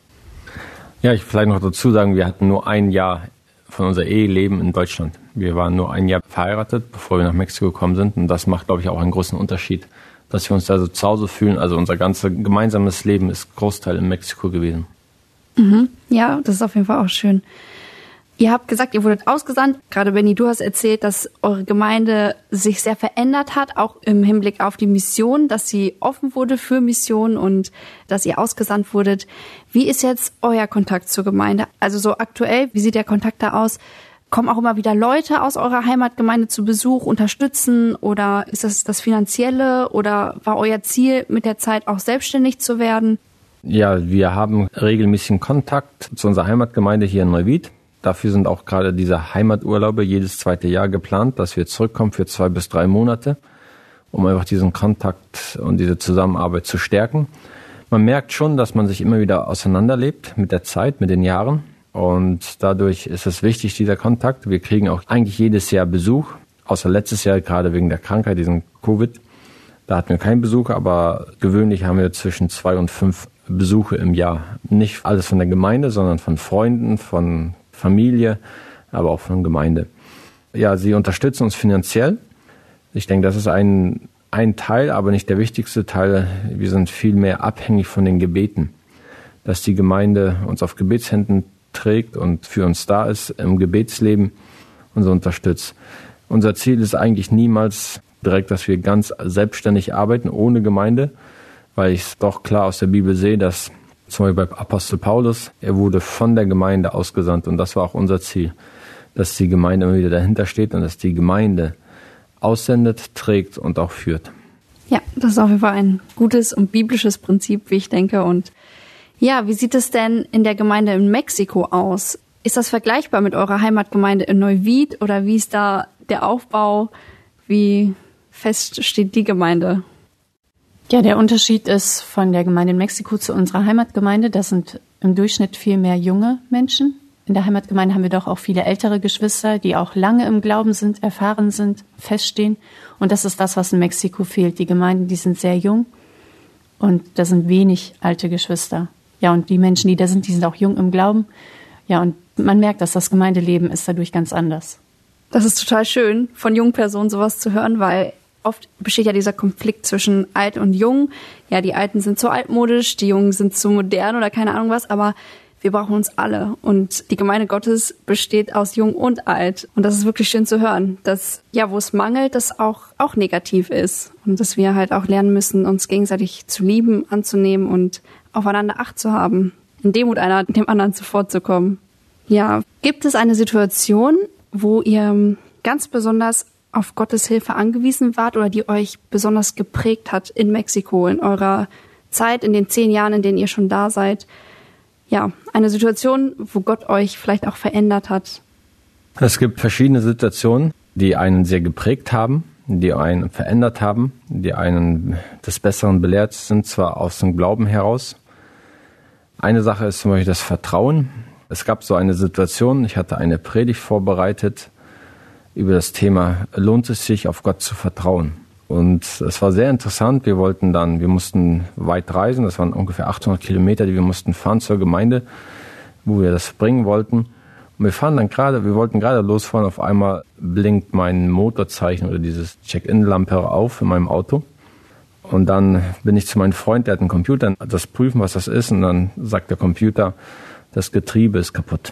Ja, ich vielleicht noch dazu sagen, wir hatten nur 1 Jahr von unser Eheleben in Deutschland. Wir waren nur 1 Jahr verheiratet, bevor wir nach Mexiko gekommen sind. Und das macht, glaube ich, auch einen großen Unterschied, dass wir uns da so zu Hause fühlen. Also unser ganzes gemeinsames Leben ist Großteil in Mexiko gewesen. Mhm. Ja, das ist auf jeden Fall auch schön. Ihr habt gesagt, ihr wurdet ausgesandt. Gerade Benny, du hast erzählt, dass eure Gemeinde sich sehr verändert hat, auch im Hinblick auf die Mission, dass sie offen wurde für Missionen und dass ihr ausgesandt wurdet. Wie ist jetzt euer Kontakt zur Gemeinde? Also so aktuell, wie sieht der Kontakt da aus? Kommen auch immer wieder Leute aus eurer Heimatgemeinde zu Besuch, unterstützen oder ist das Finanzielle oder war euer Ziel mit der Zeit auch selbstständig zu werden? Ja, wir haben regelmäßigen Kontakt zu unserer Heimatgemeinde hier in Neuwied. Dafür sind auch gerade diese Heimaturlaube jedes 2. Jahr geplant, dass wir zurückkommen für 2 bis 3 Monate, um einfach diesen Kontakt und diese Zusammenarbeit zu stärken. Man merkt schon, dass man sich immer wieder auseinanderlebt mit der Zeit, mit den Jahren. Und dadurch ist es wichtig, dieser Kontakt. Wir kriegen auch eigentlich jedes Jahr Besuch, außer letztes Jahr gerade wegen der Krankheit, diesen Covid. Da hatten wir keinen Besuch, aber gewöhnlich haben wir zwischen 2 und 5 Besuche im Jahr. Nicht alles von der Gemeinde, sondern von Freunden, von Familie, aber auch von Gemeinde. Ja, sie unterstützen uns finanziell. Ich denke, das ist ein Teil, aber nicht der wichtigste Teil. Wir sind viel mehr abhängig von den Gebeten, dass die Gemeinde uns auf Gebetshänden trägt und für uns da ist im Gebetsleben und so unterstützt. Unser Ziel ist eigentlich niemals direkt, dass wir ganz selbstständig arbeiten, ohne Gemeinde, weil ich es doch klar aus der Bibel sehe, dass zum Beispiel bei Apostel Paulus, er wurde von der Gemeinde ausgesandt und das war auch unser Ziel, dass die Gemeinde immer wieder dahinter steht und dass die Gemeinde aussendet, trägt und auch führt. Ja, das ist auf jeden Fall ein gutes und biblisches Prinzip, wie ich denke. Und ja, wie sieht es denn in der Gemeinde in Mexiko aus? Ist das vergleichbar mit eurer Heimatgemeinde in Neuwied oder wie ist da der Aufbau? Wie fest steht die Gemeinde? Ja, der Unterschied ist von der Gemeinde in Mexiko zu unserer Heimatgemeinde. Das sind im Durchschnitt viel mehr junge Menschen. In der Heimatgemeinde haben wir doch auch viele ältere Geschwister, die auch lange im Glauben sind, erfahren sind, feststehen. Und das ist das, was in Mexiko fehlt. Die Gemeinden, die sind sehr jung und da sind wenig alte Geschwister. Ja, und die Menschen, die da sind, die sind auch jung im Glauben. Ja, und man merkt, dass das Gemeindeleben ist dadurch ganz anders. Das ist total schön, von jungen Personen sowas zu hören, weil oft besteht ja dieser Konflikt zwischen alt und jung. Ja, die Alten sind zu altmodisch, die Jungen sind zu modern oder keine Ahnung was, aber wir brauchen uns alle. Und die Gemeinde Gottes besteht aus jung und alt. Und das ist wirklich schön zu hören, dass, ja, wo es mangelt, das auch negativ ist. Und dass wir halt auch lernen müssen, uns gegenseitig zu lieben, anzunehmen und aufeinander Acht zu haben. In Demut einer dem anderen zuvorzukommen. Ja, gibt es eine Situation, wo ihr ganz besonders auf Gottes Hilfe angewiesen wart oder die euch besonders geprägt hat in Mexiko, in eurer Zeit, in den 10 Jahren, in denen ihr schon da seid? Ja, eine Situation, wo Gott euch vielleicht auch verändert hat. Es gibt verschiedene Situationen, die einen sehr geprägt haben, die einen verändert haben, die einen des Besseren belehrt sind, zwar aus dem Glauben heraus. Eine Sache ist zum Beispiel das Vertrauen. Es gab so eine Situation, ich hatte eine Predigt vorbereitet über das Thema, lohnt es sich, auf Gott zu vertrauen? Und es war sehr interessant. Wir mussten weit reisen, das waren ungefähr 800 Kilometer, die wir mussten fahren zur Gemeinde, wo wir das bringen wollten. Und wir wollten gerade losfahren, auf einmal blinkt mein Motorzeichen oder dieses Check-in-Lampe auf in meinem Auto. Und dann bin ich zu meinem Freund, der hat einen Computer, das prüfen, was das ist, und dann sagt der Computer, das Getriebe ist kaputt.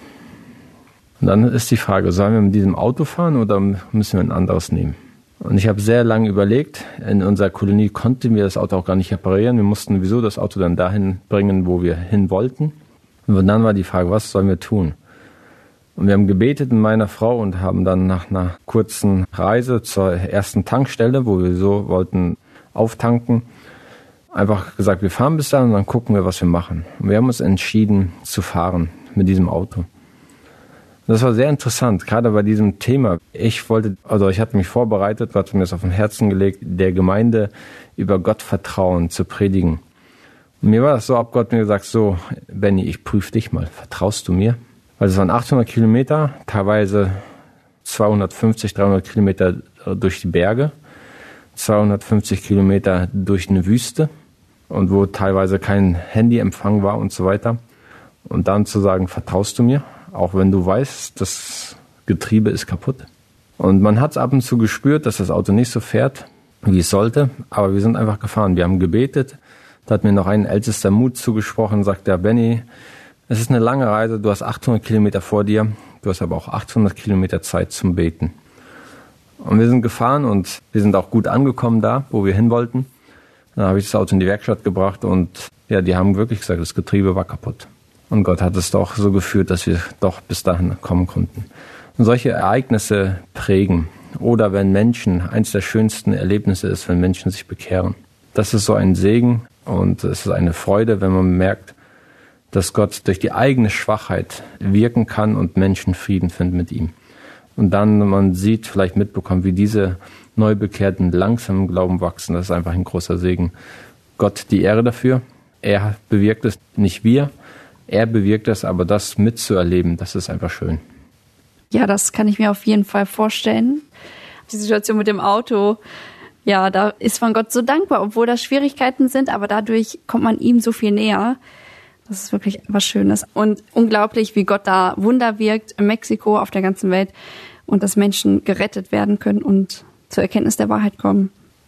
Und dann ist die Frage, sollen wir mit diesem Auto fahren oder müssen wir ein anderes nehmen? Und ich habe sehr lange überlegt. In unserer Kolonie konnten wir das Auto auch gar nicht reparieren. Wir mussten sowieso das Auto dann dahin bringen, wo wir hin wollten. Und dann war die Frage, was sollen wir tun? Und wir haben gebetet mit meiner Frau und haben dann nach einer kurzen Reise zur ersten Tankstelle, wo wir so wollten auftanken, einfach gesagt, wir fahren bis da und dann gucken wir, was wir machen. Und wir haben uns entschieden zu fahren mit diesem Auto. Das war sehr interessant, gerade bei diesem Thema. Ich hatte mich vorbereitet, hatte mir das auf dem Herzen gelegt, der Gemeinde über Gott Vertrauen zu predigen. Und mir war das so, ab Gott mir gesagt, so, Benny, ich prüfe dich mal, vertraust du mir? Weil es waren 800 Kilometer, teilweise 250, 300 Kilometer durch die Berge, 250 Kilometer durch eine Wüste und wo teilweise kein Handyempfang war und so weiter. Und dann zu sagen, vertraust du mir? Auch wenn du weißt, das Getriebe ist kaputt. Und man hat es ab und zu gespürt, dass das Auto nicht so fährt, wie es sollte. Aber wir sind einfach gefahren. Wir haben gebetet. Da hat mir noch ein ältester Mut zugesprochen, sagt der Benny, es ist eine lange Reise, du hast 800 Kilometer vor dir, du hast aber auch 800 Kilometer Zeit zum Beten. Und wir sind gefahren und wir sind auch gut angekommen da, wo wir hin wollten. Dann habe ich das Auto in die Werkstatt gebracht und ja, die haben wirklich gesagt, das Getriebe war kaputt. Und Gott hat es doch so geführt, dass wir doch bis dahin kommen konnten. Und solche Ereignisse prägen. Oder wenn Menschen, eins der schönsten Erlebnisse ist, wenn Menschen sich bekehren. Das ist so ein Segen und es ist eine Freude, wenn man merkt, dass Gott durch die eigene Schwachheit wirken kann und Menschen Frieden finden mit ihm. Und dann, man sieht, vielleicht mitbekommt, wie diese Neubekehrten langsam im Glauben wachsen. Das ist einfach ein großer Segen. Gott die Ehre dafür. Er bewirkt es, nicht wir. Er bewirkt es, aber das mitzuerleben, das ist einfach schön. Ja, das kann ich mir auf jeden Fall vorstellen. Die Situation mit dem Auto, ja, da ist man Gott so dankbar, obwohl da Schwierigkeiten sind, aber dadurch kommt man ihm so viel näher. Das ist wirklich was Schönes. Und unglaublich, wie Gott da Wunder wirkt in Mexiko, auf der ganzen Welt und dass Menschen gerettet werden können und zur Erkenntnis der Wahrheit kommen.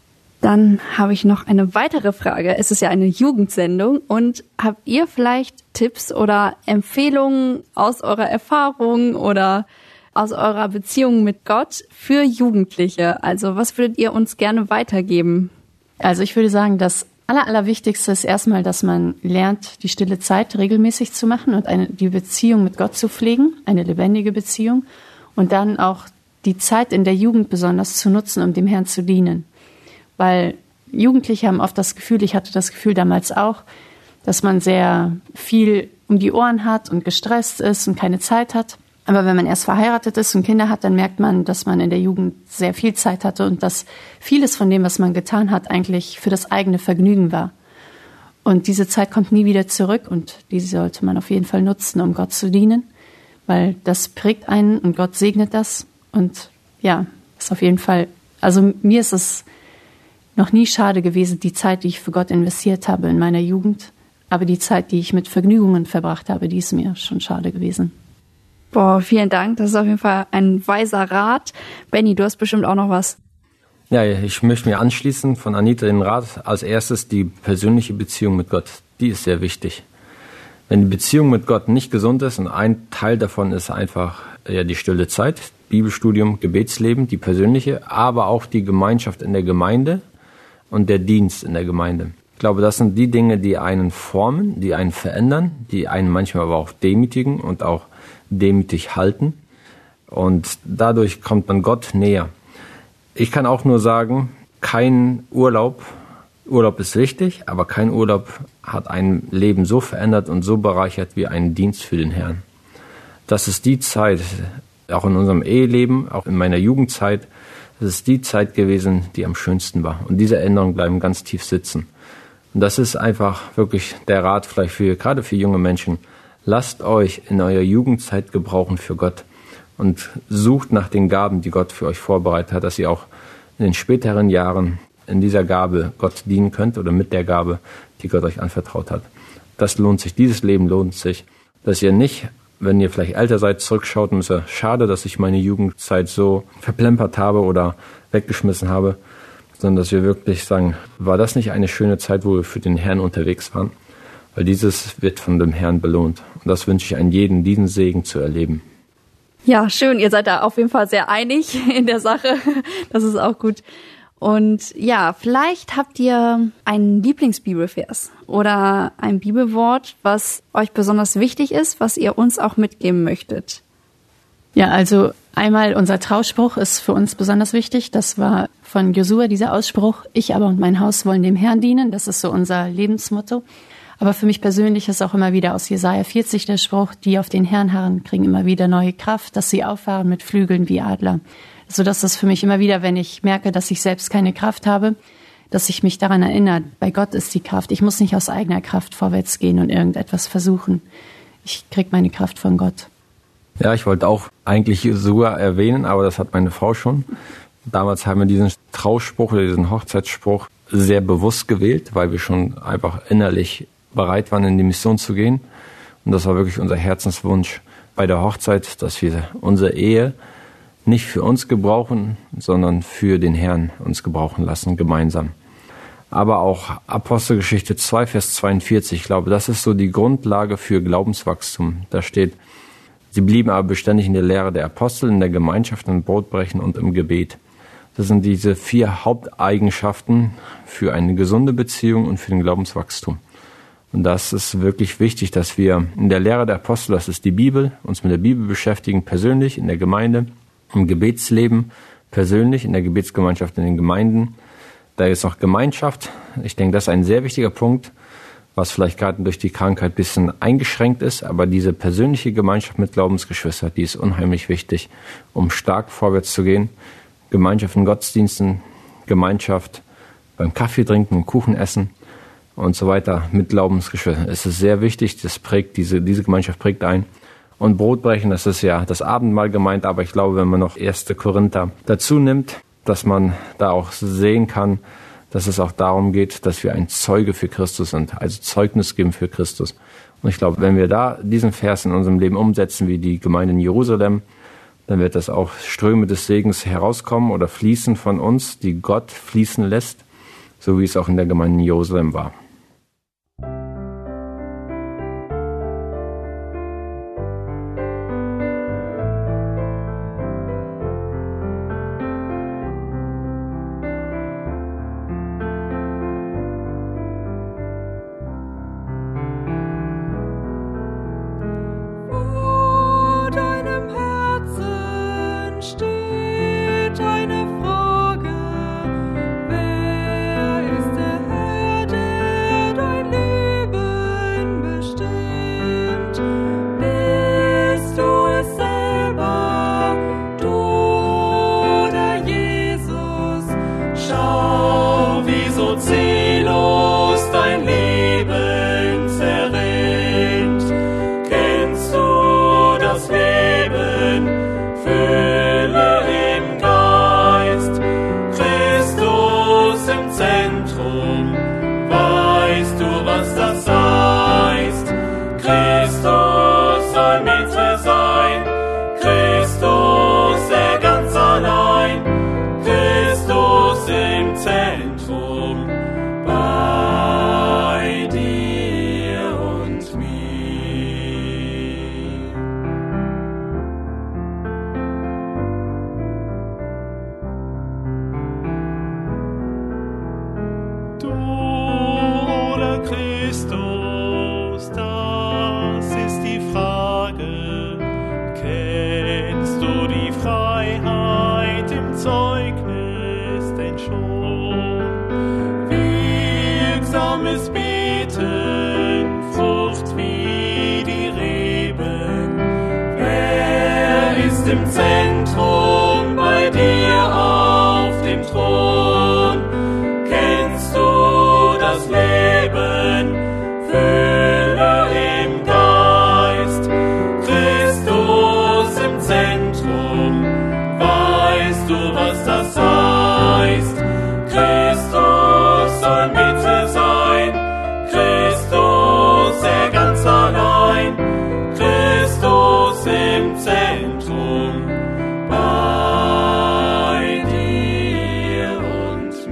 Dann habe ich noch eine weitere Frage. Es ist ja eine Jugendsendung und habt ihr vielleicht Tipps oder Empfehlungen aus eurer Erfahrung oder aus eurer Beziehung mit Gott für Jugendliche? Also was würdet ihr uns gerne weitergeben? Also ich würde sagen, das Allerwichtigste ist erstmal, dass man lernt, die stille Zeit regelmäßig zu machen und die Beziehung mit Gott zu pflegen, eine lebendige Beziehung und dann auch die Zeit in der Jugend besonders zu nutzen, um dem Herrn zu dienen. Weil Jugendliche haben oft das Gefühl, ich hatte das Gefühl damals auch, dass man sehr viel um die Ohren hat und gestresst ist und keine Zeit hat. Aber wenn man erst verheiratet ist und Kinder hat, dann merkt man, dass man in der Jugend sehr viel Zeit hatte und dass vieles von dem, was man getan hat, eigentlich für das eigene Vergnügen war. Und diese Zeit kommt nie wieder zurück und diese sollte man auf jeden Fall nutzen, um Gott zu dienen, weil das prägt einen und Gott segnet das. Und ja, ist auf jeden Fall, also mir ist es noch nie schade gewesen, die Zeit, die ich für Gott investiert habe in meiner Jugend. Aber die Zeit, die ich mit Vergnügungen verbracht habe, die ist mir schon schade gewesen. Boah, vielen Dank. Das ist auf jeden Fall ein weiser Rat. Benny, du hast bestimmt auch noch was. Ja, ich möchte mir anschließen von Anita den Rat. Als erstes die persönliche Beziehung mit Gott. Die ist sehr wichtig. Wenn die Beziehung mit Gott nicht gesund ist und ein Teil davon ist einfach die stille Zeit, Bibelstudium, Gebetsleben, die persönliche, aber auch die Gemeinschaft in der Gemeinde und der Dienst in der Gemeinde. Ich glaube, das sind die Dinge, die einen formen, die einen verändern, die einen manchmal aber auch demütigen und auch demütig halten. Und dadurch kommt man Gott näher. Ich kann auch nur sagen, kein Urlaub ist wichtig, aber kein Urlaub hat ein Leben so verändert und so bereichert wie ein Dienst für den Herrn. Das ist die Zeit, auch in unserem Eheleben, auch in meiner Jugendzeit, das ist die Zeit gewesen, die am schönsten war. Und diese Erinnerungen bleiben ganz tief sitzen. Und das ist einfach wirklich der Rat vielleicht gerade für junge Menschen. Lasst euch in eurer Jugendzeit gebrauchen für Gott und sucht nach den Gaben, die Gott für euch vorbereitet hat, dass ihr auch in den späteren Jahren in dieser Gabe Gott dienen könnt oder mit der Gabe, die Gott euch anvertraut hat. Das lohnt sich, dieses Leben lohnt sich, dass ihr nicht, wenn ihr vielleicht älter seid, zurückschaut und sagt, schade, dass ich meine Jugendzeit so verplempert habe oder weggeschmissen habe, sondern dass wir wirklich sagen, war das nicht eine schöne Zeit, wo wir für den Herrn unterwegs waren? Weil dieses wird von dem Herrn belohnt. Und das wünsche ich an jeden, diesen Segen zu erleben. Ja, schön. Ihr seid da auf jeden Fall sehr einig in der Sache. Das ist auch gut. Und ja, vielleicht habt ihr einen Lieblingsbibelvers oder ein Bibelwort, was euch besonders wichtig ist, was ihr uns auch mitgeben möchtet. Ja, also einmal unser Trauspruch ist für uns besonders wichtig. Das war von Josua, dieser Ausspruch, ich aber und mein Haus wollen dem Herrn dienen. Das ist so unser Lebensmotto. Aber für mich persönlich ist auch immer wieder aus Jesaja 40 der Spruch, die auf den Herrn harren, kriegen immer wieder neue Kraft, dass sie auffahren mit Flügeln wie Adler. So dass das für mich immer wieder, wenn ich merke, dass ich selbst keine Kraft habe, dass ich mich daran erinnere, bei Gott ist die Kraft. Ich muss nicht aus eigener Kraft vorwärts gehen und irgendetwas versuchen. Ich kriege meine Kraft von Gott. Ja, ich wollte auch eigentlich Josua erwähnen, aber das hat meine Frau schon. Damals haben wir diesen Trauspruch oder diesen Hochzeitsspruch sehr bewusst gewählt, weil wir schon einfach innerlich bereit waren, in die Mission zu gehen. Und das war wirklich unser Herzenswunsch bei der Hochzeit, dass wir unsere Ehe nicht für uns gebrauchen, sondern für den Herrn uns gebrauchen lassen, gemeinsam. Aber auch Apostelgeschichte 2, Vers 42, ich glaube, das ist so die Grundlage für Glaubenswachstum. Da steht, sie blieben aber beständig in der Lehre der Apostel, in der Gemeinschaft, im Brotbrechen und im Gebet. Das sind diese 4 Haupteigenschaften für eine gesunde Beziehung und für den Glaubenswachstum. Und das ist wirklich wichtig, dass wir in der Lehre der Apostel, das ist die Bibel, uns mit der Bibel beschäftigen, persönlich in der Gemeinde, im Gebetsleben, persönlich in der Gebetsgemeinschaft in den Gemeinden. Da ist auch Gemeinschaft. Ich denke, das ist ein sehr wichtiger Punkt, was vielleicht gerade durch die Krankheit ein bisschen eingeschränkt ist. Aber diese persönliche Gemeinschaft mit Glaubensgeschwistern, die ist unheimlich wichtig, um stark vorwärts zu gehen. Gemeinschaft in Gottesdiensten, Gemeinschaft beim Kaffee trinken und Kuchen essen und so weiter mit Glaubensgeschwistern. Es ist sehr wichtig, das prägt, diese Gemeinschaft prägt ein. Und Brotbrechen, das ist ja das Abendmahl gemeint, aber ich glaube, wenn man noch 1. Korinther dazu nimmt, dass man da auch sehen kann, dass es auch darum geht, dass wir ein Zeuge für Christus sind, also Zeugnis geben für Christus. Und ich glaube, wenn wir da diesen Vers in unserem Leben umsetzen, wie die Gemeinde in Jerusalem, dann wird das auch Ströme des Segens herauskommen oder fließen von uns, die Gott fließen lässt, so wie es auch in der Gemeinde in Jerusalem war. Steht eine Frage, wer ist der Herr, der Christus, das ist die Frage. Kennst du die Freiheit im Zeugnis denn schon? Wirksames Beten, Frucht wie die Reben. Wer ist im Zentrum bei dir auf dem Thron? Kennst du das Leben? Fülle im Geist, Christus im Zentrum. Weißt du, was das heißt? Christus soll Mitte sein, Christus er ganz allein, Christus im Zentrum, bei dir und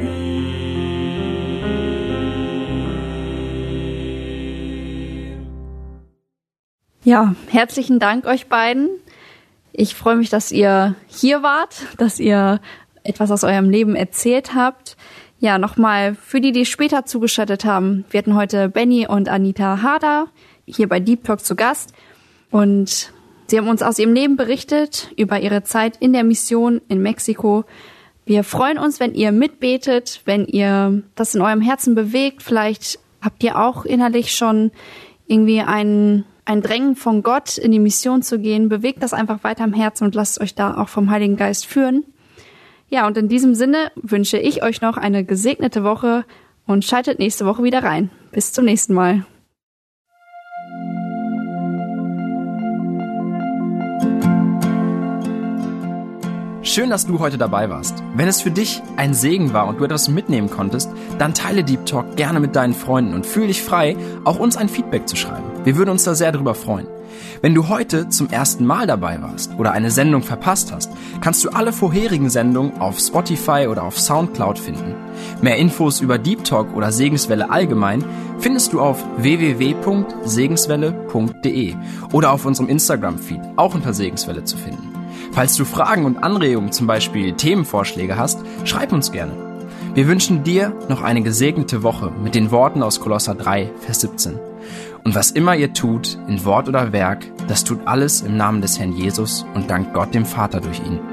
mir. Ja, herzlichen Dank euch beiden. Ich freue mich, dass ihr hier wart, dass ihr etwas aus eurem Leben erzählt habt. Ja, nochmal für die später zugeschaltet haben. Wir hatten heute Benny und Anita Harder hier bei Deep Talk zu Gast. Und sie haben uns aus ihrem Leben berichtet, über ihre Zeit in der Mission in Mexiko. Wir freuen uns, wenn ihr mitbetet, wenn ihr das in eurem Herzen bewegt. Vielleicht habt ihr auch innerlich schon irgendwie ein Drängen von Gott, in die Mission zu gehen. Bewegt das einfach weiter im Herzen und lasst euch da auch vom Heiligen Geist führen. Ja, und in diesem Sinne wünsche ich euch noch eine gesegnete Woche und schaltet nächste Woche wieder rein. Bis zum nächsten Mal. Schön, dass du heute dabei warst. Wenn es für dich ein Segen war und du etwas mitnehmen konntest, dann teile Deep Talk gerne mit deinen Freunden und fühl dich frei, auch uns ein Feedback zu schreiben. Wir würden uns da sehr darüber freuen. Wenn du heute zum ersten Mal dabei warst oder eine Sendung verpasst hast, kannst du alle vorherigen Sendungen auf Spotify oder auf Soundcloud finden. Mehr Infos über Deep Talk oder Segenswelle allgemein findest du auf www.segenswelle.de oder auf unserem Instagram-Feed, auch unter Segenswelle zu finden. Falls du Fragen und Anregungen, zum Beispiel Themenvorschläge hast, schreib uns gerne. Wir wünschen dir noch eine gesegnete Woche mit den Worten aus Kolosser 3, Vers 17. Und was immer ihr tut, in Wort oder Werk, das tut alles im Namen des Herrn Jesus und dankt Gott dem Vater durch ihn.